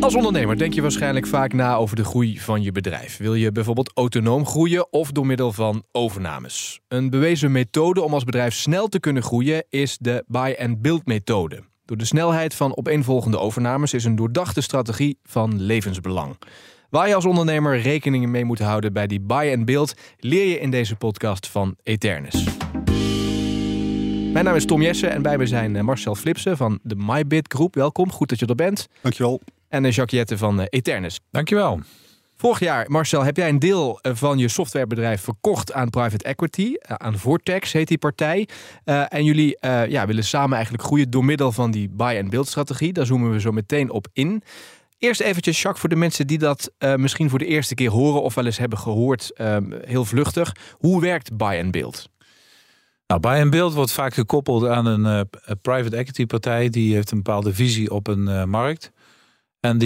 Als ondernemer denk je waarschijnlijk vaak na over de groei van je bedrijf. Wil je bijvoorbeeld autonoom groeien of door middel van overnames? Een bewezen methode om als bedrijf snel te kunnen groeien is de buy-and-build methode. Door de snelheid van opeenvolgende overnames is een doordachte strategie van levensbelang. Waar je als ondernemer rekening mee moet houden bij die buy-and-build leer je in deze podcast van Aeternus. Mijn naam is Tom Jessen en bij me zijn Marcel Flipsen van de MyBit Groep. Welkom, goed dat je er bent. Dankjewel. En Jacques Jette van Aeternus. Dankjewel. Vorig jaar, Marcel, heb jij een deel van je softwarebedrijf verkocht aan private equity. Aan Vortex heet die partij. En jullie willen samen eigenlijk groeien door middel van die buy-and-build strategie. Daar zoomen we zo meteen op in. Eerst eventjes, Jacques, voor de mensen die dat misschien voor de eerste keer horen of wel eens hebben gehoord, heel vluchtig. Hoe werkt buy-and-build? Nou, buy-and-build wordt vaak gekoppeld aan een private equity partij. Die heeft een bepaalde visie op een markt. En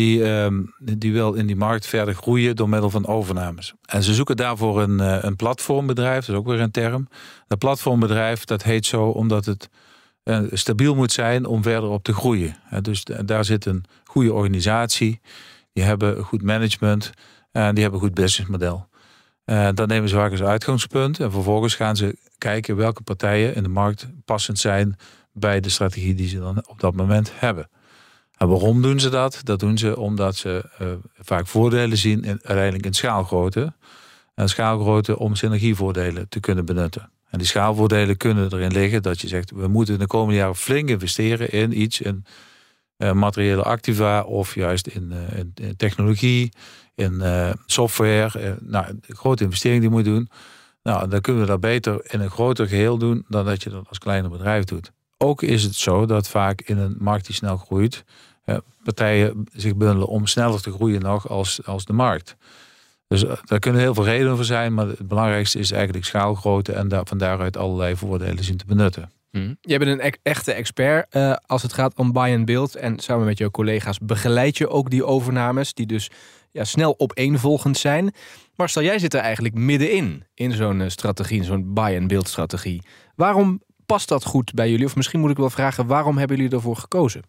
die wil in die markt verder groeien door middel van overnames. En ze zoeken daarvoor een platformbedrijf, dat is ook weer een term. Dat platformbedrijf, dat heet zo omdat het stabiel moet zijn om verder op te groeien. Dus daar zit een goede organisatie, die hebben een goed management en die hebben een goed businessmodel. Dat nemen ze vaak als uitgangspunt en vervolgens gaan ze kijken welke partijen in de markt passend zijn bij de strategie die ze dan op dat moment hebben. En waarom doen ze dat? Dat doen ze omdat ze vaak voordelen zien uiteindelijk in schaalgrootte. En schaalgrootte om synergievoordelen te kunnen benutten. En die schaalvoordelen kunnen erin liggen dat je zegt, we moeten de komende jaren flink investeren in iets, in materiële activa of juist in technologie, in software. Een grote investering die moet je doen. Nou, dan kunnen we dat beter in een groter geheel doen dan dat je dat als kleiner bedrijf doet. Ook is het zo dat vaak in een markt die snel groeit, partijen zich bundelen om sneller te groeien nog als de markt. Dus daar kunnen heel veel redenen voor zijn, maar het belangrijkste is eigenlijk schaalgrootte en van daaruit allerlei voordelen zien te benutten. Jij bent een echte expert als het gaat om buy-and-build en samen met jouw collega's begeleid je ook die overnames die dus snel opeenvolgend zijn. Marcel, jij zit er eigenlijk middenin in zo'n strategie, in zo'n buy-and-build strategie. Waarom past dat goed bij jullie? Of misschien moet ik wel vragen, waarom hebben jullie ervoor gekozen?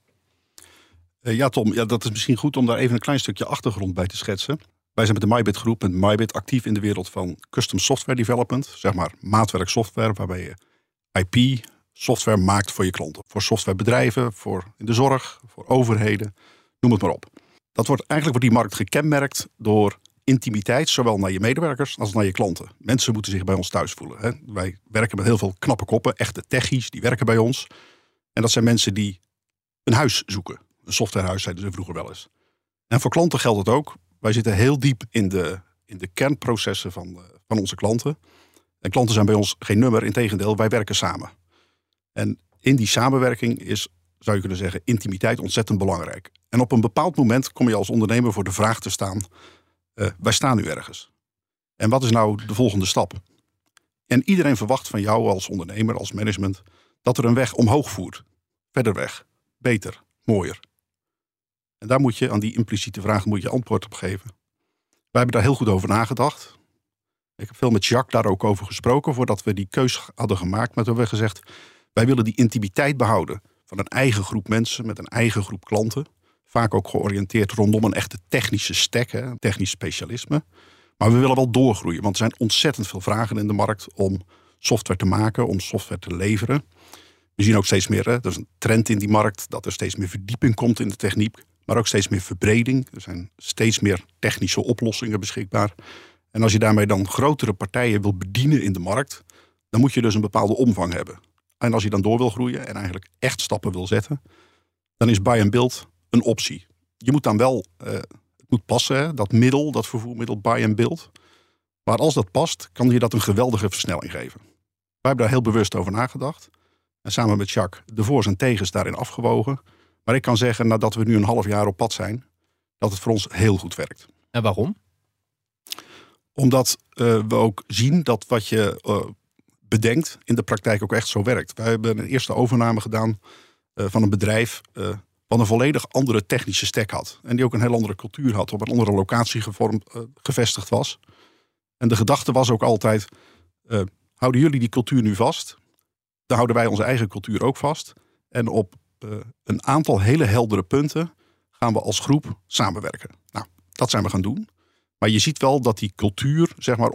Ja, Tom, dat is misschien goed om daar even een klein stukje achtergrond bij te schetsen. Wij zijn met de MyBit Groep, met MyBit, actief in de wereld van custom software development. Zeg maar maatwerk software, waarbij je IP software maakt voor je klanten. Voor softwarebedrijven, voor in de zorg, voor overheden, noem het maar op. Eigenlijk wordt die markt gekenmerkt door intimiteit, zowel naar je medewerkers als naar je klanten. Mensen moeten zich bij ons thuis voelen. Hè. Wij werken met heel veel knappe koppen, echte techies, die werken bij ons. En dat zijn mensen die een huis zoeken. Een softwarehuis zeiden ze vroeger wel eens. En voor klanten geldt het ook. Wij zitten heel diep in de kernprocessen van onze klanten. En klanten zijn bij ons geen nummer, integendeel, wij werken samen. En in die samenwerking is, zou je kunnen zeggen, intimiteit ontzettend belangrijk. En op een bepaald moment kom je als ondernemer voor de vraag te staan, wij staan nu ergens. En wat is nou de volgende stap? En iedereen verwacht van jou als ondernemer, als management, dat er een weg omhoog voert. Verder weg, beter, mooier. En daar moet je, aan die impliciete vraag, moet je antwoord op geven. Wij hebben daar heel goed over nagedacht. Ik heb veel met Jacques daar ook over gesproken voordat we die keus hadden gemaakt. Maar toen hebben we gezegd, wij willen die intimiteit behouden van een eigen groep mensen met een eigen groep klanten. Vaak ook georiënteerd rondom een echte technische stack, een technisch specialisme. Maar we willen wel doorgroeien, want er zijn ontzettend veel vragen in de markt om software te maken, om software te leveren. We zien ook steeds meer, er is een trend in die markt, dat er steeds meer verdieping komt in de techniek. Maar ook steeds meer verbreding. Er zijn steeds meer technische oplossingen beschikbaar. En als je daarmee dan grotere partijen wil bedienen in de markt, dan moet je dus een bepaalde omvang hebben. En als je dan door wil groeien en eigenlijk echt stappen wil zetten, dan is buy-and-build een optie. Je moet dan wel, het moet passen, dat middel, dat vervoermiddel buy-and-build. Maar als dat past, kan je dat een geweldige versnelling geven. Wij hebben daar heel bewust over nagedacht. En samen met Jacques de voor's en tegens daarin afgewogen. Maar ik kan zeggen, nadat we nu een half jaar op pad zijn, dat het voor ons heel goed werkt. En waarom? Omdat we ook zien dat wat je bedenkt in de praktijk ook echt zo werkt. Wij hebben een eerste overname gedaan van een bedrijf wat een volledig andere technische stack had. En die ook een heel andere cultuur had, op een andere locatie gevestigd was. En de gedachte was ook altijd, houden jullie die cultuur nu vast? Dan houden wij onze eigen cultuur ook vast. En op een aantal hele heldere punten gaan we als groep samenwerken. Nou, dat zijn we gaan doen. Maar je ziet wel dat die cultuur, zeg maar,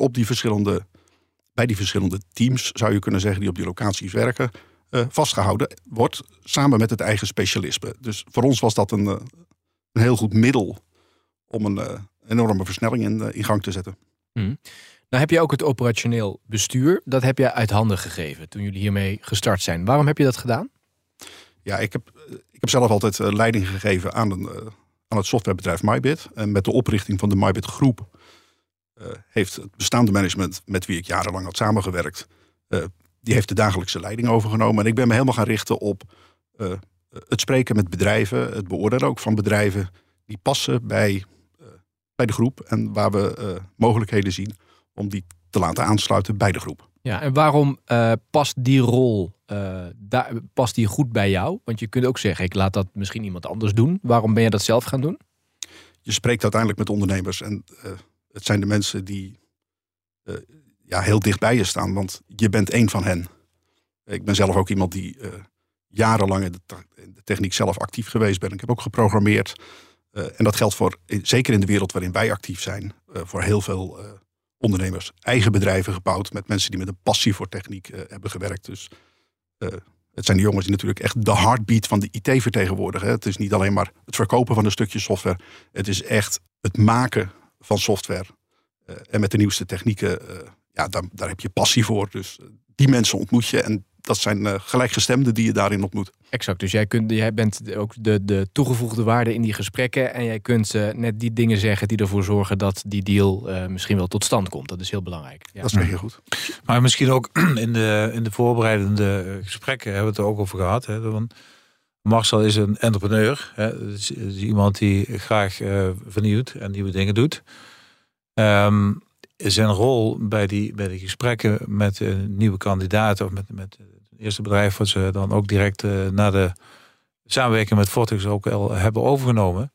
bij die verschillende teams, zou je kunnen zeggen, die op die locaties werken, vastgehouden wordt, samen met het eigen specialisme. Dus voor ons was dat een heel goed middel om een enorme versnelling in gang te zetten. Nou heb je ook het operationeel bestuur. Dat heb je uit handen gegeven toen jullie hiermee gestart zijn. Waarom heb je dat gedaan? Ja, ik heb zelf altijd leiding gegeven aan het softwarebedrijf MyBit. En met de oprichting van de MyBit groep heeft het bestaande management, met wie ik jarenlang had samengewerkt, die heeft de dagelijkse leiding overgenomen. En ik ben me helemaal gaan richten op het spreken met bedrijven, het beoordelen ook van bedrijven die passen bij de groep en waar we mogelijkheden zien om die te laten aansluiten bij de groep. Ja, en waarom past die rol past die goed bij jou? Want je kunt ook zeggen, ik laat dat misschien iemand anders doen. Waarom ben je dat zelf gaan doen? Je spreekt uiteindelijk met ondernemers en het zijn de mensen die heel dicht bij je staan, want je bent één van hen. Ik ben zelf ook iemand die jarenlang in de techniek zelf actief geweest ben. Ik heb ook geprogrammeerd. En dat geldt zeker in de wereld waarin wij actief zijn, voor heel veel ondernemers. Eigen bedrijven gebouwd met mensen die met een passie voor techniek hebben gewerkt. Dus het zijn de jongens die natuurlijk echt de heartbeat van de IT vertegenwoordigen. Het is niet alleen maar het verkopen van een stukje software. Het is echt het maken van software. En met de nieuwste technieken, daar heb je passie voor. Dus die mensen ontmoet je en dat zijn gelijkgestemden die je daarin ontmoet. Exact, dus jij bent ook de toegevoegde waarde in die gesprekken. En jij kunt net die dingen zeggen die ervoor zorgen dat die deal misschien wel tot stand komt. Dat is heel belangrijk. Ja. Dat is heel goed. Maar misschien ook in de voorbereidende gesprekken hebben we het er ook over gehad. Hè, want Marcel is een entrepreneur. Hè, is iemand die graag vernieuwt en nieuwe dingen doet. Zijn rol bij die gesprekken met nieuwe kandidaten of met het eerste bedrijf wat ze dan ook direct na de samenwerking met Vortex ook al hebben overgenomen,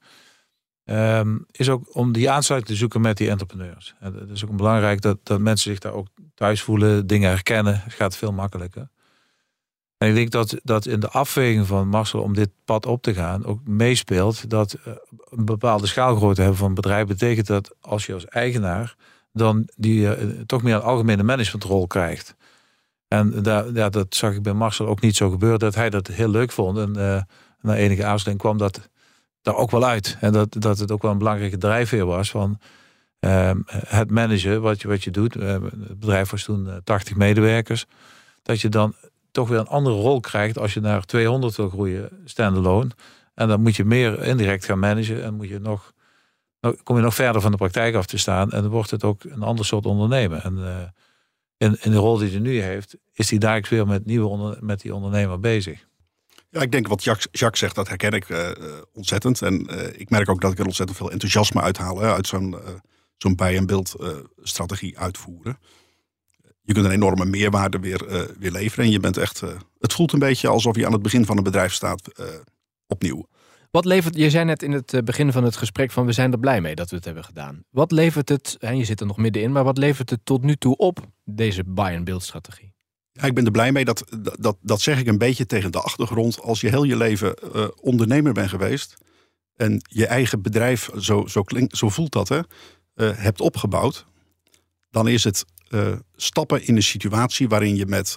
is ook om die aansluiting te zoeken met die entrepreneurs. En het is ook belangrijk dat mensen zich daar ook thuis voelen, dingen herkennen. Het gaat veel makkelijker. En ik denk dat in de afweging van Marcel om dit pad op te gaan ook meespeelt dat een bepaalde schaalgrootte hebben van een bedrijf betekent dat als je als eigenaar dan die toch meer een algemene managementrol krijgt. En dat zag ik bij Marcel ook niet zo gebeuren, dat hij dat heel leuk vond. En na enige aarzeling kwam dat daar ook wel uit. En dat het ook wel een belangrijke drijfveer was van het managen wat je doet. Het bedrijf was toen 80 medewerkers. Dat je dan toch weer een andere rol krijgt als je naar 200 wil groeien, standalone. En dan moet je meer indirect gaan managen en kom je nog verder van de praktijk af te staan. En dan wordt het ook een ander soort ondernemen. En in de rol die hij nu heeft, is hij dagelijks weer met die ondernemer bezig. Ja, ik denk wat Jacques zegt, dat herken ik ontzettend. En ik merk ook dat ik er ontzettend veel enthousiasme uithaal uit zo'n buy-and-build strategie uitvoeren. Je kunt een enorme meerwaarde weer leveren. En je bent echt, het voelt een beetje alsof je aan het begin van een bedrijf staat opnieuw. Wat levert, je zei net in het begin van het gesprek van we zijn er blij mee dat we het hebben gedaan. Wat levert het, en je zit er nog middenin, maar wat levert het tot nu toe op, deze buy-and-build strategie? Ja, ik ben er blij mee. Dat zeg ik een beetje tegen de achtergrond. Als je heel je leven ondernemer bent geweest en je eigen bedrijf, zo voelt dat, hebt opgebouwd, dan is het stappen in een situatie waarin je met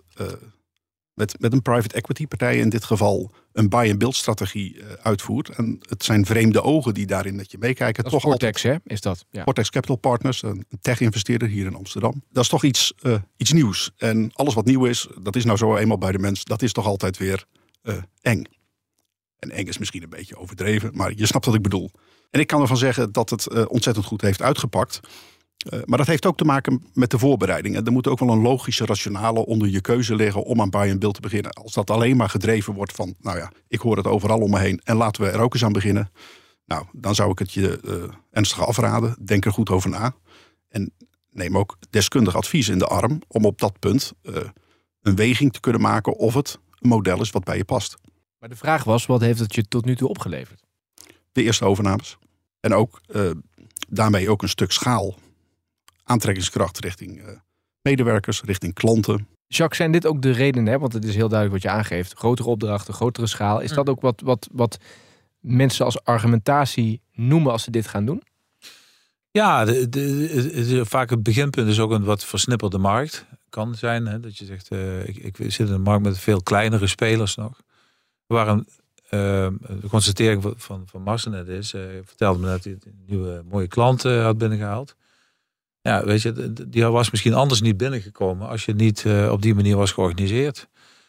een private equity partij in dit geval een buy-and-build strategie uitvoert. En het zijn vreemde ogen die daarin met je meekijken. Dat is toch Vortex, hè? Is dat? Ja. Vortex Capital Partners, een tech-investeerder hier in Amsterdam. Dat is toch iets nieuws. En alles wat nieuw is, dat is nou zo eenmaal bij de mens, dat is toch altijd weer eng. En eng is misschien een beetje overdreven, maar je snapt wat ik bedoel. En ik kan ervan zeggen dat het ontzettend goed heeft uitgepakt. Maar dat heeft ook te maken met de voorbereiding. En er moet ook wel een logische rationale onder je keuze liggen om aan buy-and-build te beginnen. Als dat alleen maar gedreven wordt van, ik hoor het overal om me heen en laten we er ook eens aan beginnen. Nou, dan zou ik het je ernstig afraden. Denk er goed over na. En neem ook deskundig advies in de arm om op dat punt een weging te kunnen maken of het een model is wat bij je past. Maar de vraag was, wat heeft het je tot nu toe opgeleverd? De eerste overnames. En ook daarmee ook een stuk schaal. Aantrekkingskracht richting medewerkers, richting klanten. Jacques, zijn dit ook de redenen? Want het is heel duidelijk wat je aangeeft. Grotere opdrachten, grotere schaal. Is dat ook wat mensen als argumentatie noemen als ze dit gaan doen? Ja, vaak het beginpunt is ook een wat versnipperde markt. Kan zijn, hè, dat je zegt, ik zit in een markt met veel kleinere spelers nog. Waar de constatering van Marcel net is, vertelde me dat hij een nieuwe mooie klant had binnengehaald. Ja, weet je, die was misschien anders niet binnengekomen als je niet op die manier was georganiseerd.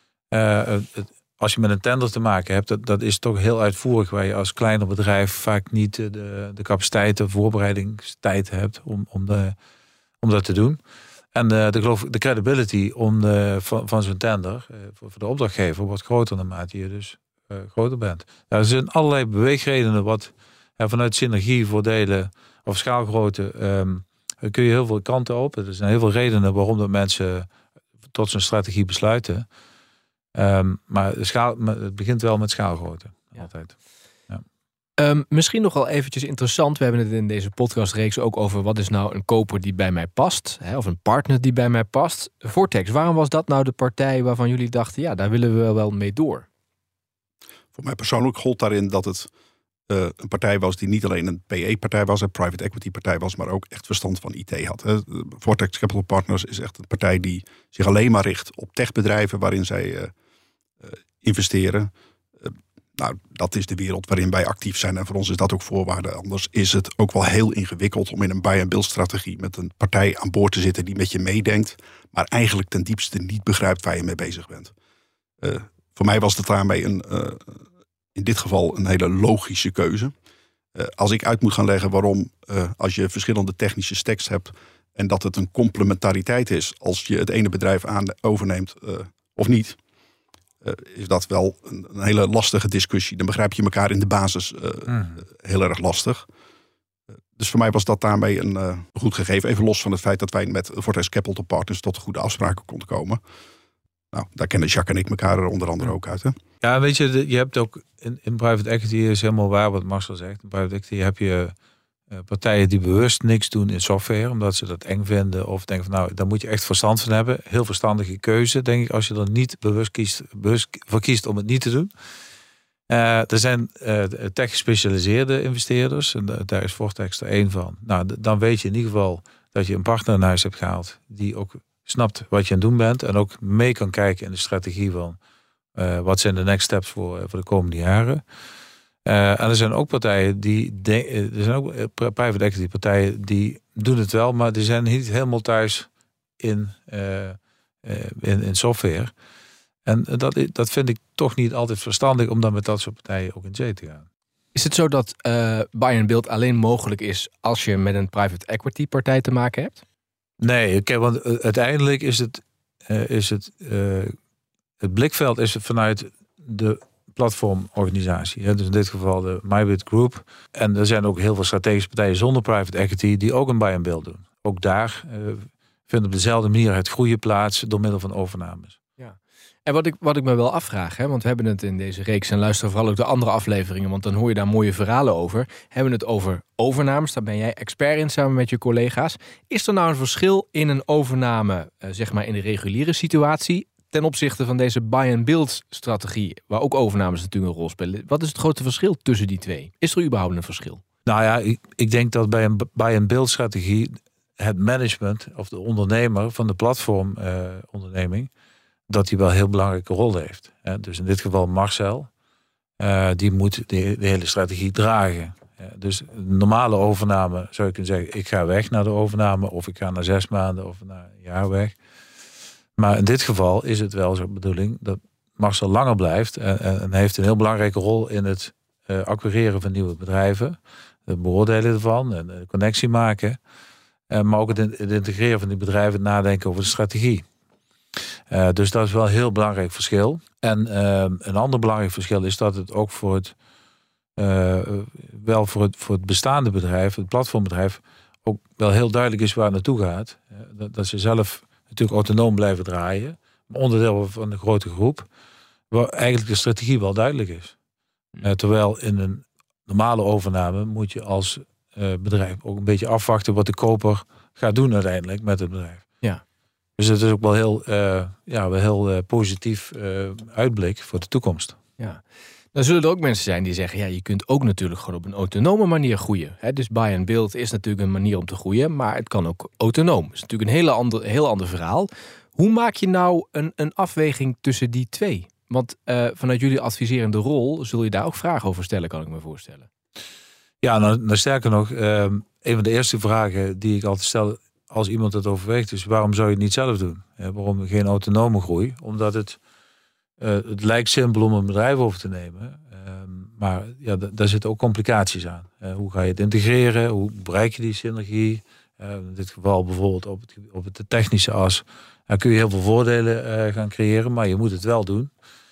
Als je met een tender te maken hebt, dat is toch heel uitvoerig, waar je als kleiner bedrijf vaak niet de capaciteit, de voorbereidingstijd hebt om dat te doen. En de credibility van zo'n tender voor de opdrachtgever wordt groter naarmate je dus groter bent. Nou, er zijn allerlei beweegredenen wat vanuit synergievoordelen of schaalgrootte kun je heel veel kanten op. Er zijn heel veel redenen waarom dat mensen tot zo'n strategie besluiten. Maar het begint wel met schaalgrootte. Ja. Altijd. Ja. Misschien nog wel eventjes interessant. We hebben het in deze podcastreeks ook over wat is nou een koper die bij mij past. Hè, of een partner die bij mij past. Vortex, waarom was dat nou de partij waarvan jullie dachten, ja, daar willen we wel mee door? Voor mij persoonlijk gold daarin dat het een partij was die niet alleen een PE-partij was, een private equity-partij was, maar ook echt verstand van IT had. Vortex Capital Partners is echt een partij die zich alleen maar richt op techbedrijven waarin zij investeren. Nou, dat is de wereld waarin wij actief zijn en voor ons is dat ook voorwaarde. Anders is het ook wel heel ingewikkeld om in een buy-and-build strategie met een partij aan boord te zitten die met je meedenkt, maar eigenlijk ten diepste niet begrijpt waar je mee bezig bent. Voor mij was het daarmee in dit geval een hele logische keuze. Als ik uit moet gaan leggen waarom, als je verschillende technische stacks hebt en dat het een complementariteit is als je het ene bedrijf overneemt of niet, is dat wel een hele lastige discussie. Dan begrijp je elkaar in de basis heel erg lastig. Dus voor mij was dat daarmee een goed gegeven. Even los van het feit dat wij met Vortex Capital Partners tot goede afspraken konden komen. Nou, daar kennen Jacques en ik elkaar er onder andere ook uit. Hè? Ja, weet je, je hebt ook in private equity is helemaal waar wat Marcel zegt. In private equity heb je partijen die bewust niks doen in software, omdat ze dat eng vinden of denken van nou, daar moet je echt verstand van hebben. Heel verstandige keuze, denk ik, als je er niet bewust voor kiest om het niet te doen. Er zijn tech gespecialiseerde investeerders en daar is Vortex er één van. Nou, dan weet je in ieder geval dat je een partner naar huis hebt gehaald die ook snapt wat je aan het doen bent en ook mee kan kijken in de strategie van wat zijn de next steps voor de komende jaren. En er zijn ook partijen er zijn ook private equity partijen die doen het wel, maar die zijn niet helemaal thuis in software. En dat vind ik toch niet altijd verstandig om dan met dat soort partijen ook in zee te gaan. Is het zo dat buy-and-build alleen mogelijk is als je met een private equity partij te maken hebt? Nee, want uiteindelijk is het blikveld is vanuit de platformorganisatie. Hè? Dus in dit geval de MyBit Group. En er zijn ook heel veel strategische partijen zonder private equity die ook een buy-and-build doen. Ook daar vindt op dezelfde manier het groeien plaats door middel van overnames. Ja. En wat ik me wel afvraag, hè, want we hebben het in deze reeks en luister vooral ook de andere afleveringen, want dan hoor je daar mooie verhalen over. Hebben we het over overnames, daar ben jij expert in samen met je collega's. Is er nou een verschil in een overname, zeg maar in de reguliere situatie, ten opzichte van deze buy-and-build strategie, waar ook overnames natuurlijk een rol spelen? Wat is het grote verschil tussen die twee? Is er überhaupt een verschil? Nou ja, ik denk dat bij een buy-and-build strategie het management of de ondernemer van de platformonderneming dat hij wel een heel belangrijke rol heeft. Dus in dit geval Marcel, die moet de hele strategie dragen. Dus een normale overname zou je kunnen zeggen, ik ga weg naar de overname of ik ga na 6 maanden of na een jaar weg. Maar in dit geval is het wel zo'n bedoeling dat Marcel langer blijft en heeft een heel belangrijke rol in het acquireren van nieuwe bedrijven, het beoordelen ervan en de connectie maken, maar ook het integreren van die bedrijven, het nadenken over de strategie. Dus dat is wel een heel belangrijk verschil. En een ander belangrijk verschil is dat het ook voor het bestaande bedrijf, het platformbedrijf, ook wel heel duidelijk is waar het naartoe gaat. Dat ze zelf natuurlijk autonoom blijven draaien, maar onderdeel van de grote groep, waar eigenlijk de strategie wel duidelijk is. Terwijl in een normale overname moet je als bedrijf ook een beetje afwachten wat de koper gaat doen uiteindelijk met het bedrijf. Ja. Dus het is ook wel heel positief uitblik voor de toekomst. Ja. Dan zullen er ook mensen zijn die zeggen, ja, je kunt ook natuurlijk gewoon op een autonome manier groeien. Dus buy and build is natuurlijk een manier om te groeien, maar het kan ook autonoom. Dat is natuurlijk een heel ander verhaal. Hoe maak je nou een afweging tussen die twee? Want vanuit jullie adviserende rol zul je daar ook vragen over stellen, kan ik me voorstellen. Ja, nou sterker nog, een van de eerste vragen die ik altijd stel als iemand het overweegt is, waarom zou je het niet zelf doen? Waarom geen autonome groei? Omdat het lijkt simpel om een bedrijf over te nemen. Maar ja, daar zitten ook complicaties aan. Hoe ga je het integreren? Hoe bereik je die synergie? In dit geval bijvoorbeeld op de technische as. Daar kun je heel veel voordelen gaan creëren, maar je moet het wel doen.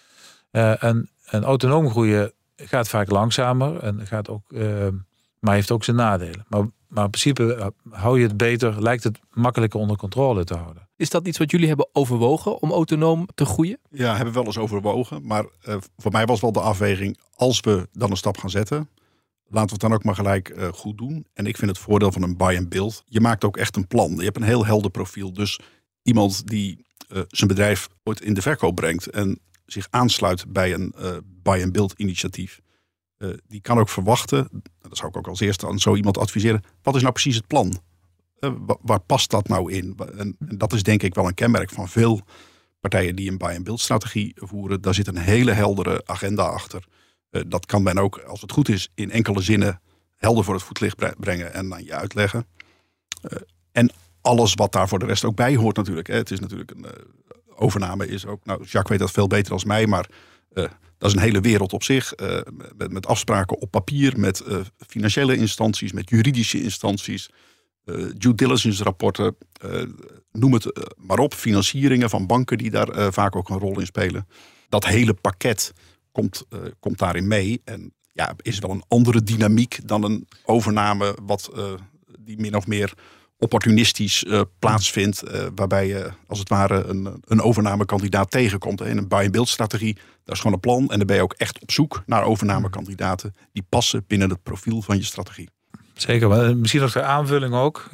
En autonoom groeien gaat vaak langzamer en gaat ook, maar heeft ook zijn nadelen. Maar in principe hou je het beter, lijkt het makkelijker onder controle te houden. Is dat iets wat jullie hebben overwogen om autonoom te groeien? Ja, hebben we wel eens overwogen. Maar voor mij was wel de afweging, als we dan een stap gaan zetten, laten we het dan ook maar gelijk goed doen. En ik vind het voordeel van een buy and build, je maakt ook echt een plan. Je hebt een heel helder profiel. Dus iemand die zijn bedrijf ooit in de verkoop brengt en zich aansluit bij een buy and build initiatief, die kan ook verwachten, dat zou ik ook als eerste aan zo iemand adviseren, wat is nou precies het plan? Waar past dat nou in? En dat is denk ik wel een kenmerk van veel partijen die een buy and build strategie voeren. Daar zit een hele heldere agenda achter. Dat kan men ook, als het goed is, in enkele zinnen helder voor het voetlicht brengen en aan je uitleggen. En alles wat daar voor de rest ook bij hoort natuurlijk. Het is natuurlijk een overname is ook, nou Jacques weet dat veel beter dan mij, maar dat is een hele wereld op zich. Met afspraken op papier, met financiële instanties, met juridische instanties. Due diligence rapporten, noem het maar op. Financieringen van banken die daar vaak ook een rol in spelen. Dat hele pakket komt daarin mee. En ja, is wel een andere dynamiek dan een overname die min of meer opportunistisch plaatsvindt. Waarbij je als het ware een overnamekandidaat tegenkomt. In een buy-and-build strategie, daar is gewoon een plan. En dan ben je ook echt op zoek naar overnamekandidaten die passen binnen het profiel van je strategie. Zeker, maar misschien nog de aanvulling ook.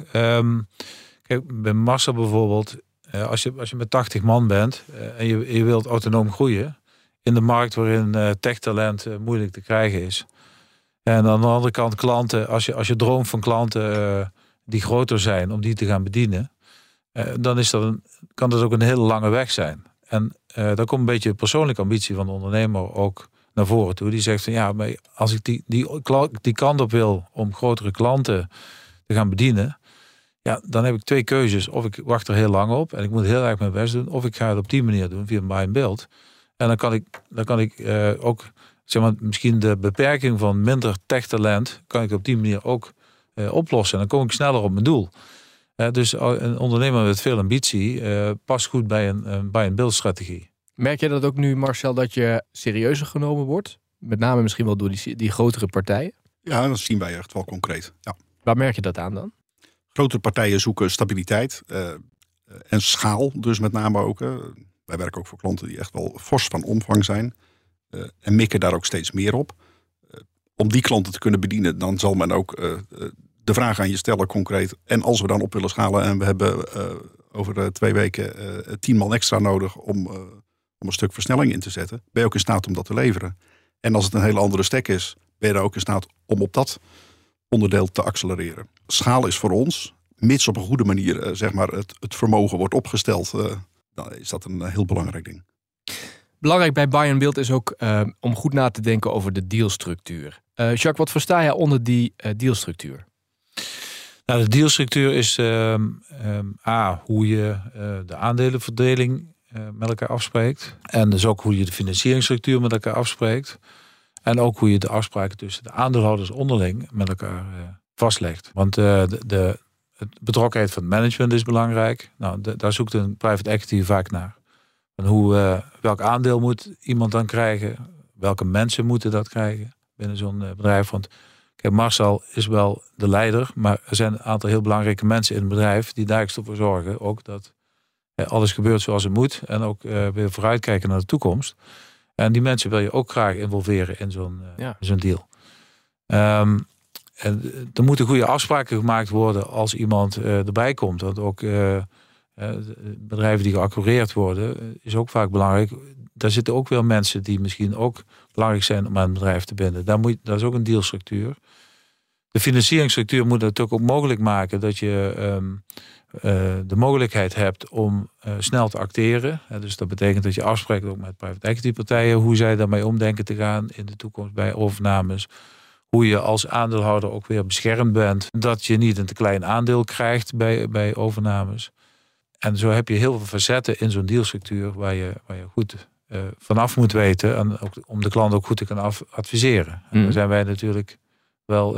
Kijk, bij Marcel bijvoorbeeld, als je met 80 man bent en je wilt autonoom groeien in de markt waarin techtalent moeilijk te krijgen is. En aan de andere kant klanten, als je droomt van klanten die groter zijn om die te gaan bedienen, dan kan dat ook een hele lange weg zijn. En daar komt een beetje de persoonlijke ambitie van de ondernemer ook naar voren toe. Die zegt van ja, maar als ik die kant op wil om grotere klanten te gaan bedienen, ja, dan heb ik twee keuzes. Of ik wacht er heel lang op en ik moet heel erg mijn best doen, of ik ga het op die manier doen via een buy and build. En dan kan ik ook, zeg maar, misschien de beperking van minder techtalent kan ik op die manier ook oplossen. En dan kom ik sneller op mijn doel. Dus een ondernemer met veel ambitie past goed bij een buy and build strategie. Merk je dat ook nu, Marcel, dat je serieuzer genomen wordt? Met name misschien wel door die grotere partijen? Ja, dat zien wij echt wel concreet. Ja. Waar merk je dat aan dan? Grotere partijen zoeken stabiliteit en schaal dus met name ook. Wij werken ook voor klanten die echt wel fors van omvang zijn. En mikken daar ook steeds meer op. Om die klanten te kunnen bedienen, dan zal men ook de vraag aan je stellen concreet. En als we dan op willen schalen en we hebben over 2 weken 10 man extra nodig om een stuk versnelling in te zetten, ben je ook in staat om dat te leveren. En als het een hele andere stack is, ben je er ook in staat om op dat onderdeel te accelereren. Schaal is voor ons, mits op een goede manier zeg maar het vermogen wordt opgesteld, dan is dat een heel belangrijk ding. Belangrijk bij buy and build is ook om goed na te denken over de dealstructuur. Jacques, wat versta je onder die dealstructuur? Nou, de dealstructuur is hoe je de aandelenverdeling met elkaar afspreekt. En dus ook hoe je de financieringsstructuur met elkaar afspreekt. En ook hoe je de afspraken tussen de aandeelhouders onderling met elkaar vastlegt. Want de betrokkenheid van het management is belangrijk. Nou, daar zoekt een private equity vaak naar. En welk aandeel moet iemand dan krijgen? Welke mensen moeten dat krijgen binnen zo'n bedrijf? Want kijk, Marcel is wel de leider, maar er zijn een aantal heel belangrijke mensen in het bedrijf die daar voor zorgen ook dat alles gebeurt zoals het moet en ook weer vooruitkijken naar de toekomst. En die mensen wil je ook graag involveren in zo'n deal. En er moeten goede afspraken gemaakt worden als iemand erbij komt. Want ook bedrijven die geaccureerd worden, is ook vaak belangrijk. daar zitten ook wel mensen die misschien ook belangrijk zijn om aan het bedrijf te binden. Dat is ook een dealstructuur. De financieringsstructuur moet het ook mogelijk maken dat je de mogelijkheid hebt om snel te acteren. Dus dat betekent dat je afspreekt ook met private equity partijen hoe zij daarmee om denken te gaan in de toekomst bij overnames. Hoe je als aandeelhouder ook weer beschermd bent. Dat je niet een te klein aandeel krijgt bij overnames. En zo heb je heel veel facetten in zo'n dealstructuur waar je goed vanaf moet weten. En ook, om de klant ook goed te kunnen adviseren. En daar zijn wij natuurlijk wel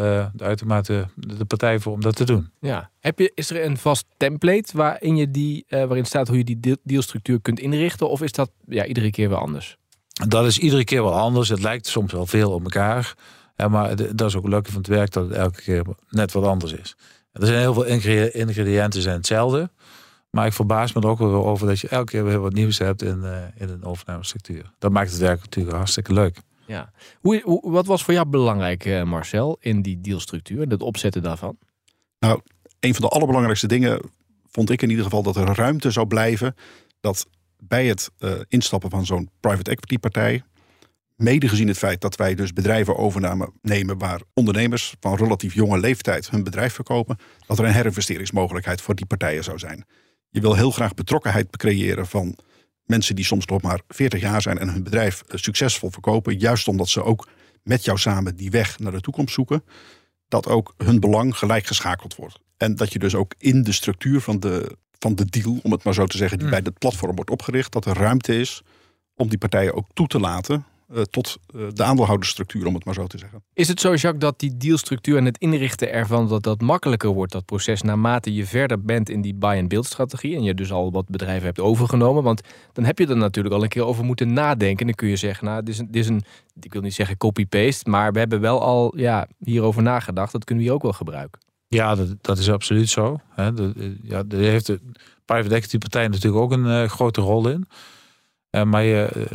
de partij voor om dat te doen. Ja. Is er een vast template waarin staat hoe je die dealstructuur kunt inrichten? Of is dat iedere keer wel anders? Dat is iedere keer wel anders. Het lijkt soms wel veel op elkaar. Maar dat is ook leuk van het werk dat het elke keer net wat anders is. Er zijn heel veel ingrediënten zijn hetzelfde. Maar ik verbaas me er ook wel over dat je elke keer weer wat nieuws hebt in een overnamestructuur. Dat maakt het werk natuurlijk hartstikke leuk. Ja. Wat was voor jou belangrijk, Marcel, in die dealstructuur en het opzetten daarvan? Nou, een van de allerbelangrijkste dingen vond ik in ieder geval dat er ruimte zou blijven. Dat bij het instappen van zo'n private equity partij, mede gezien het feit dat wij dus bedrijven overnemen waar ondernemers van relatief jonge leeftijd hun bedrijf verkopen, dat er een herinvesteringsmogelijkheid voor die partijen zou zijn. Je wil heel graag betrokkenheid creëren van mensen die soms nog maar 40 jaar zijn en hun bedrijf succesvol verkopen. Juist omdat ze ook met jou samen die weg naar de toekomst zoeken. Dat ook hun belang gelijk geschakeld wordt. En dat je dus ook in de structuur van de deal, om het maar zo te zeggen, die bij het platform wordt opgericht, dat er ruimte is om die partijen ook toe te laten tot de aandeelhoudersstructuur, om het maar zo te zeggen. Is het zo, Jacques, dat die dealstructuur en het inrichten ervan dat makkelijker wordt, dat proces, naarmate je verder bent in die buy-and-build strategie en je dus al wat bedrijven hebt overgenomen? Want dan heb je er natuurlijk al een keer over moeten nadenken. En dan kun je zeggen, nou, dit is een ik wil niet zeggen copy-paste, maar we hebben wel al hierover nagedacht. Dat kunnen we hier ook wel gebruiken. Ja, dat is absoluut zo. Daar heeft de private equity partij natuurlijk ook een grote rol in. Maar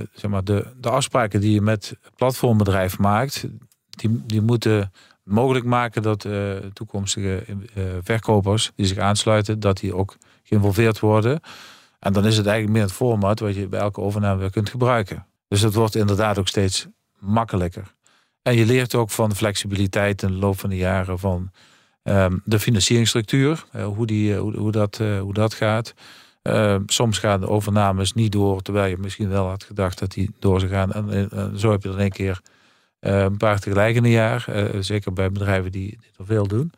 de afspraken die je met het platformbedrijf maakt, die moeten mogelijk maken dat toekomstige verkopers die zich aansluiten, dat die ook geïnvolveerd worden. En dan is het eigenlijk meer het format wat je bij elke overname weer kunt gebruiken. Dus dat wordt inderdaad ook steeds makkelijker. En je leert ook van flexibiliteit in de loop van de jaren van de financieringsstructuur, hoe dat gaat. Soms gaan de overnames niet door, terwijl je misschien wel had gedacht dat die door zou gaan. En zo heb je er in één keer een paar tegelijk in een jaar. Zeker bij bedrijven die er veel doen.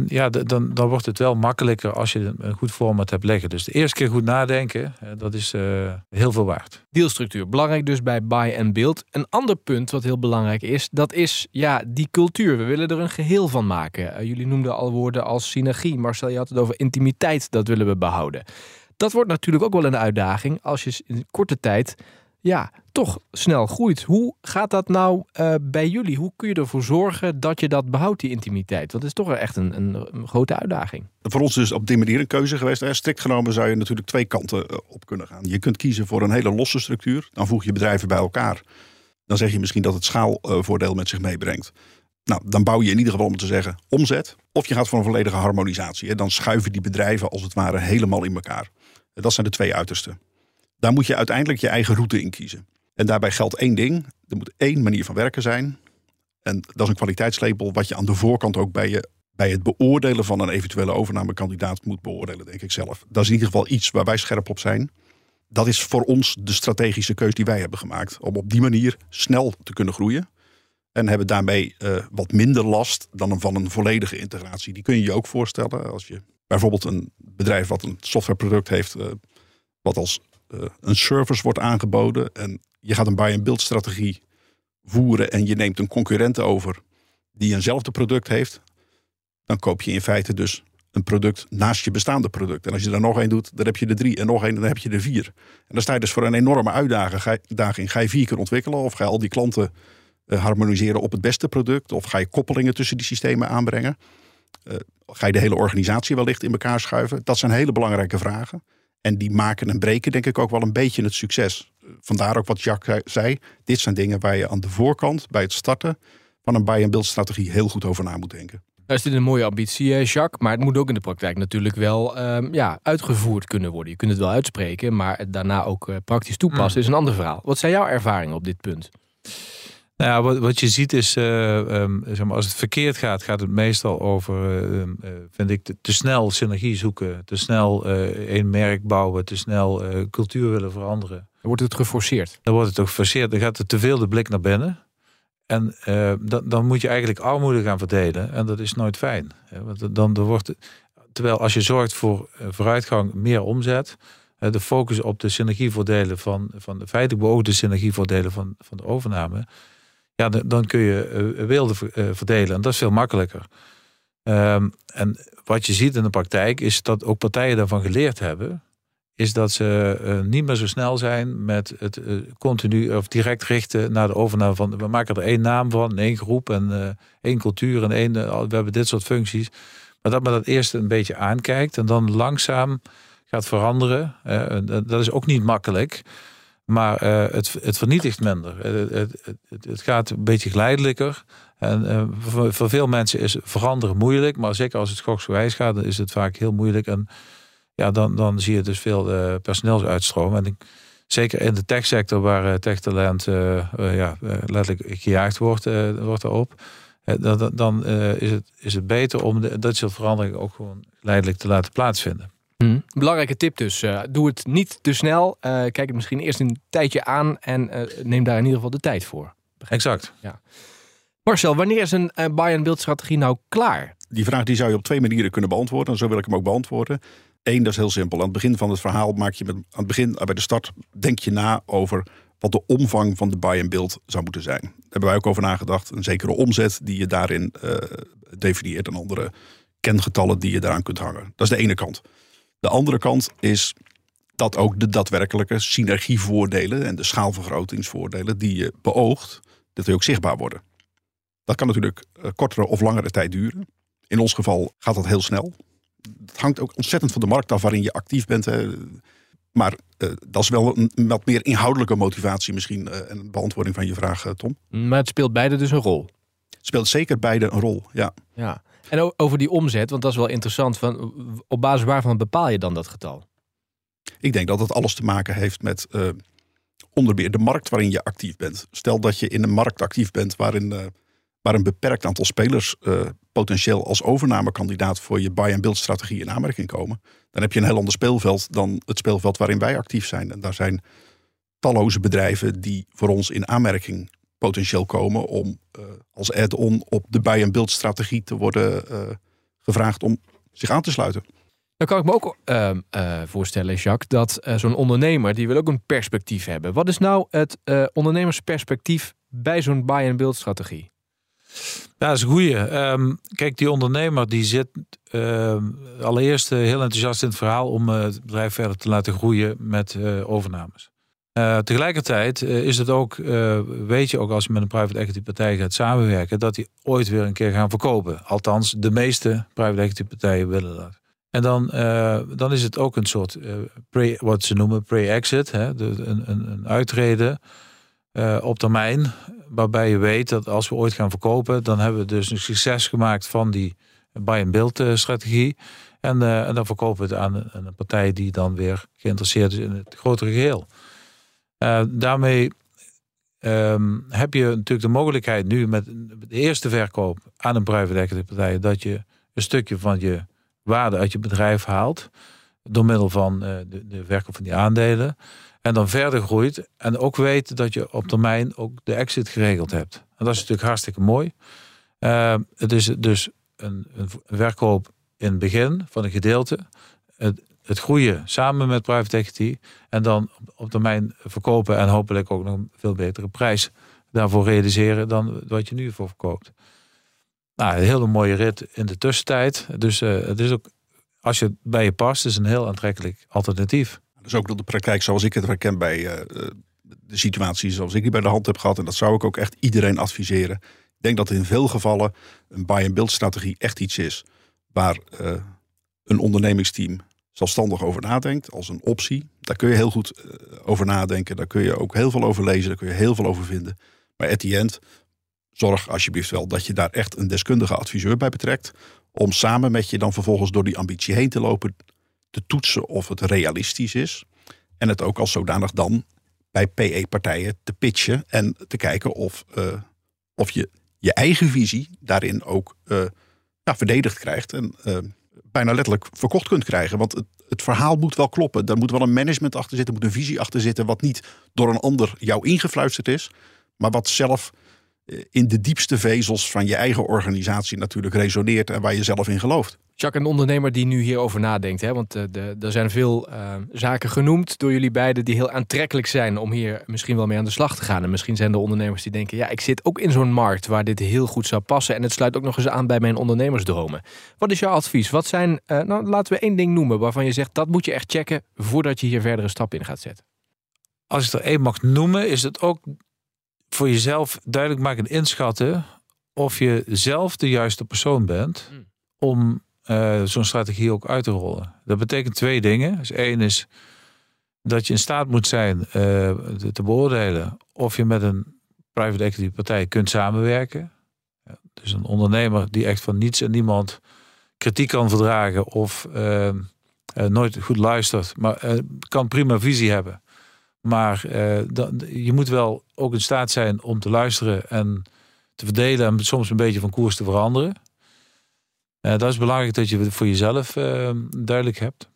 Dan wordt het wel makkelijker als je een goed format hebt liggen. Dus de eerste keer goed nadenken, dat is heel veel waard. Dealstructuur, belangrijk dus bij buy and build. Een ander punt wat heel belangrijk is, dat is die cultuur. We willen er een geheel van maken. Jullie noemden al woorden als synergie. Marcel, je had het over intimiteit, dat willen we behouden. Dat wordt natuurlijk ook wel een uitdaging als je in korte tijd toch snel groeit. Hoe gaat dat nou bij jullie? Hoe kun je ervoor zorgen dat je dat behoudt, die intimiteit? Want het is toch echt een grote uitdaging. Voor ons is op die manier een keuze geweest. Strikt genomen zou je natuurlijk twee kanten op kunnen gaan. Je kunt kiezen voor een hele losse structuur. Dan voeg je bedrijven bij elkaar. Dan zeg je misschien dat het schaalvoordeel met zich meebrengt. Nou, dan bouw je in ieder geval, om te zeggen, omzet. Of je gaat voor een volledige harmonisatie. Dan schuiven die bedrijven als het ware helemaal in elkaar. Dat zijn de twee uitersten. Daar moet je uiteindelijk je eigen route in kiezen. En daarbij geldt één ding. Er moet één manier van werken zijn. En dat is een kwaliteitslabel wat je aan de voorkant ook bij het beoordelen van een eventuele overnamekandidaat moet beoordelen, denk ik zelf. Dat is in ieder geval iets waar wij scherp op zijn. Dat is voor ons de strategische keus die wij hebben gemaakt. Om op die manier snel te kunnen groeien. En hebben daarmee wat minder last dan van een volledige integratie. Die kun je je ook voorstellen als je bijvoorbeeld een bedrijf wat een softwareproduct heeft, wat als een service wordt aangeboden. En je gaat een buy-and-build strategie voeren en je neemt een concurrent over die eenzelfde product heeft. Dan koop je in feite dus een product naast je bestaande product. En als je er nog één doet, dan heb je er 3. En nog één, dan heb je er 4. En dan sta je dus voor een enorme uitdaging. Ga je 4 keer ontwikkelen of ga je al die klanten harmoniseren op het beste product? Of ga je koppelingen tussen die systemen aanbrengen? Ga je de hele organisatie wellicht in elkaar schuiven? Dat zijn hele belangrijke vragen. En die maken en breken denk ik ook wel een beetje het succes. Vandaar ook wat Jacques zei. Dit zijn dingen waar je aan de voorkant bij het starten van een buy-and-build strategie heel goed over na moet denken. Nou is dit een mooie ambitie, Jacques, maar het moet ook in de praktijk natuurlijk wel uitgevoerd kunnen worden. Je kunt het wel uitspreken, maar het daarna ook praktisch toepassen is een ander verhaal. Wat zijn jouw ervaringen op dit punt? Nou ja, wat je ziet is, zeg maar, als het verkeerd gaat het meestal over, vind ik, te snel synergie zoeken. Te snel één merk bouwen, te snel cultuur willen veranderen. Dan wordt het geforceerd. Dan wordt het ook geforceerd, dan gaat er te veel de blik naar binnen. En dan moet je eigenlijk armoede gaan verdelen. En dat is nooit fijn. Want dan wordt terwijl als je zorgt voor vooruitgang, meer omzet, de focus op de synergievoordelen van de feitelijk beoogde synergievoordelen van de overname, ja, dan kun je weelde verdelen. En dat is veel makkelijker. En wat je ziet in de praktijk is dat ook partijen daarvan geleerd hebben, is dat ze niet meer zo snel zijn met het continu of direct richten naar de overname van, we maken er één naam van, één groep en één cultuur en we hebben dit soort functies. Maar dat men dat eerst een beetje aankijkt en dan langzaam gaat veranderen. Dat is ook niet makkelijk, maar het vernietigt minder. Het gaat een beetje geleidelijker. En voor veel mensen is veranderen moeilijk, maar zeker als het schoksgewijs gaat, dan is het vaak heel moeilijk. En ja, dan zie je dus veel personeelsuitstroom. En zeker in de techsector waar techtalent letterlijk gejaagd wordt erop. Dan is het beter om dat soort veranderingen ook gewoon geleidelijk te laten plaatsvinden. Belangrijke tip dus. Doe het niet te snel. Kijk het misschien eerst een tijdje aan en neem daar in ieder geval de tijd voor. Exact. Ja. Marcel, wanneer is een buy-and-build strategie nou klaar? Die vraag die zou je op 2 manieren kunnen beantwoorden. En zo wil ik hem ook beantwoorden. 1, dat is heel simpel. Aan het begin van het verhaal bij de start denk je na over wat de omvang van de buy-and-build zou moeten zijn. Daar hebben wij ook over nagedacht. Een zekere omzet die je daarin definieert en andere kengetallen die je daaraan kunt hangen. Dat is de ene kant. De andere kant is dat ook de daadwerkelijke synergievoordelen en de schaalvergrotingsvoordelen die je beoogt, dat die ook zichtbaar worden. Dat kan natuurlijk kortere of langere tijd duren. In ons geval gaat dat heel snel. Het hangt ook ontzettend van de markt af waarin je actief bent. Maar dat is wel een wat meer inhoudelijke motivatie misschien. Een beantwoording van je vraag, Tom. Maar het speelt beide dus een rol. Het speelt zeker beide een rol, ja. En over die omzet, want dat is wel interessant. Op basis waarvan bepaal je dan dat getal? Ik denk dat het alles te maken heeft met onder meer de markt waarin je actief bent. Stel dat je in een markt actief bent waar een beperkt aantal spelers potentieel als overnamekandidaat voor je buy-and-build strategie in aanmerking komen. Dan heb je een heel ander speelveld dan het speelveld waarin wij actief zijn. En daar zijn talloze bedrijven die voor ons in aanmerking potentieel komen om als add-on op de buy-and-build strategie te worden gevraagd om zich aan te sluiten. Dan kan ik me ook voorstellen, Jacques, dat zo'n ondernemer die wil ook een perspectief hebben. Wat is nou het ondernemersperspectief bij zo'n buy-and-build strategie? Ja, dat is een goeie. Kijk, die ondernemer die zit allereerst heel enthousiast in het verhaal om het bedrijf verder te laten groeien met overnames. Tegelijkertijd is het ook, weet je ook als je met een private equity partij gaat samenwerken, dat die ooit weer een keer gaan verkopen. Althans, de meeste private equity partijen willen dat. En dan is het ook een soort wat ze noemen pre-exit, een uitreden op termijn, waarbij je weet dat als we ooit gaan verkopen, dan hebben we dus een succes gemaakt van die buy-and-build strategie. En dan verkopen we het aan een partij die dan weer geïnteresseerd is in het grotere geheel. Daarmee heb je natuurlijk de mogelijkheid nu met de eerste verkoop aan een private equity partij dat je een stukje van je waarde uit je bedrijf haalt door middel van de verkoop van die aandelen. En dan verder groeit en ook weet dat je op termijn ook de exit geregeld hebt. En dat is natuurlijk hartstikke mooi. Het is dus een verkoop in het begin van een gedeelte. Het groeien samen met private equity. En dan op termijn verkopen en hopelijk ook nog een veel betere prijs daarvoor realiseren dan wat je nu voor verkoopt. Nou, een hele mooie rit in de tussentijd. Dus het is ook, als je bij je past, is een heel aantrekkelijk alternatief. Dus ook de praktijk zoals ik het herken bij de situatie zoals ik die bij de hand heb gehad. En dat zou ik ook echt iedereen adviseren. Ik denk dat in veel gevallen een buy-and-build strategie echt iets is waar een ondernemingsteam zelfstandig over nadenkt als een optie. Daar kun je heel goed over nadenken. Daar kun je ook heel veel over lezen. Daar kun je heel veel over vinden. Maar at the end zorg alsjeblieft wel dat je daar echt een deskundige adviseur bij betrekt. Om samen met je dan vervolgens door die ambitie heen te lopen. Te toetsen of het realistisch is. En het ook als zodanig dan bij PE-partijen te pitchen. En te kijken of je je eigen visie daarin ook verdedigd krijgt. En bijna letterlijk verkocht kunt krijgen. Want het verhaal moet wel kloppen. Daar moet wel een management achter zitten. Er moet een visie achter zitten. Wat niet door een ander jou ingefluisterd is. Maar wat zelf in de diepste vezels van je eigen organisatie natuurlijk resoneert. En waar je zelf in gelooft. Jacques, een ondernemer die nu hierover nadenkt. Hè? Want er zijn veel zaken genoemd door jullie beiden die heel aantrekkelijk zijn om hier misschien wel mee aan de slag te gaan. En misschien zijn er ondernemers die denken, ja, ik zit ook in zo'n markt waar dit heel goed zou passen. En het sluit ook nog eens aan bij mijn ondernemersdromen. Wat is jouw advies? Wat zijn, laten we 1 ding noemen waarvan je zegt, dat moet je echt checken voordat je hier verdere stappen in gaat zetten. Als ik er 1 mag noemen, is het ook voor jezelf duidelijk maken en inschatten of je zelf de juiste persoon bent om zo'n strategie ook uit te rollen. Dat betekent 2 dingen. Dus 1 is dat je in staat moet zijn te beoordelen of je met een private equity partij kunt samenwerken. Dus een ondernemer die echt van niets en niemand kritiek kan verdragen of nooit goed luistert, maar kan prima visie hebben. Maar je moet wel ook in staat zijn om te luisteren en te verdelen en soms een beetje van koers te veranderen. Dat is belangrijk dat je het voor jezelf duidelijk hebt.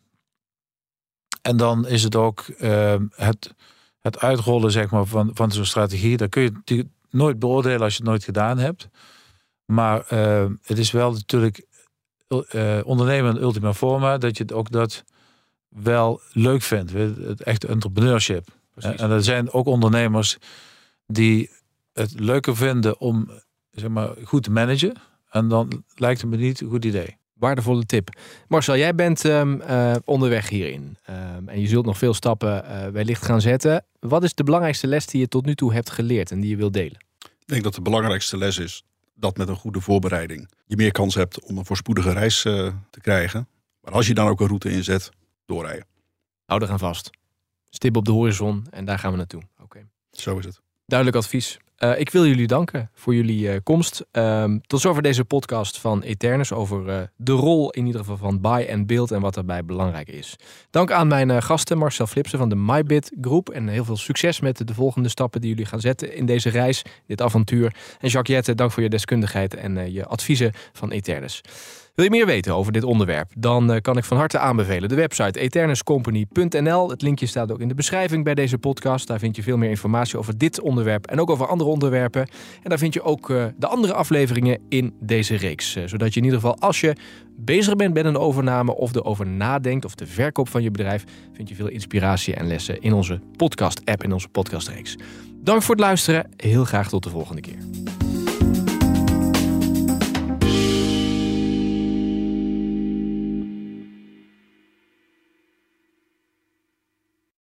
En dan is het ook het uitrollen zeg maar, van zo'n strategie. Dat kun je nooit beoordelen als je het nooit gedaan hebt. Maar het is wel natuurlijk ondernemen in ultima forma. Dat je het ook dat wel leuk vindt. Het echte entrepreneurship. En er zijn ook ondernemers die het leuker vinden om zeg maar, goed te managen. En dan lijkt het me niet een goed idee. Waardevolle tip. Marcel, jij bent onderweg hierin. En je zult nog veel stappen wellicht gaan zetten. Wat is de belangrijkste les die je tot nu toe hebt geleerd en die je wilt delen? Ik denk dat de belangrijkste les is dat met een goede voorbereiding je meer kans hebt om een voorspoedige reis te krijgen. Maar als je dan ook een route inzet, doorrijden. Hou er aan vast. Stip op de horizon en daar gaan we naartoe. Okay. Zo is het. Duidelijk advies. Ik wil jullie danken voor jullie komst. Tot zover deze podcast van Aeternus over de rol in ieder geval van buy and build en wat daarbij belangrijk is. Dank aan mijn gasten Marcel Flipsen van de MyBit Groep en heel veel succes met de volgende stappen die jullie gaan zetten in deze reis, dit avontuur. En Jacques Jette, dank voor je deskundigheid en je adviezen van Aeternus. Wil je meer weten over dit onderwerp? Dan kan ik van harte aanbevelen de website aeternuscompany.nl. Het linkje staat ook in de beschrijving bij deze podcast. Daar vind je veel meer informatie over dit onderwerp en ook over andere onderwerpen. En daar vind je ook de andere afleveringen in deze reeks. Zodat je in ieder geval als je bezig bent met een overname of erover nadenkt of de verkoop van je bedrijf, vind je veel inspiratie en lessen in onze podcast-app, in onze podcastreeks. Dank voor het luisteren. Heel graag tot de volgende keer.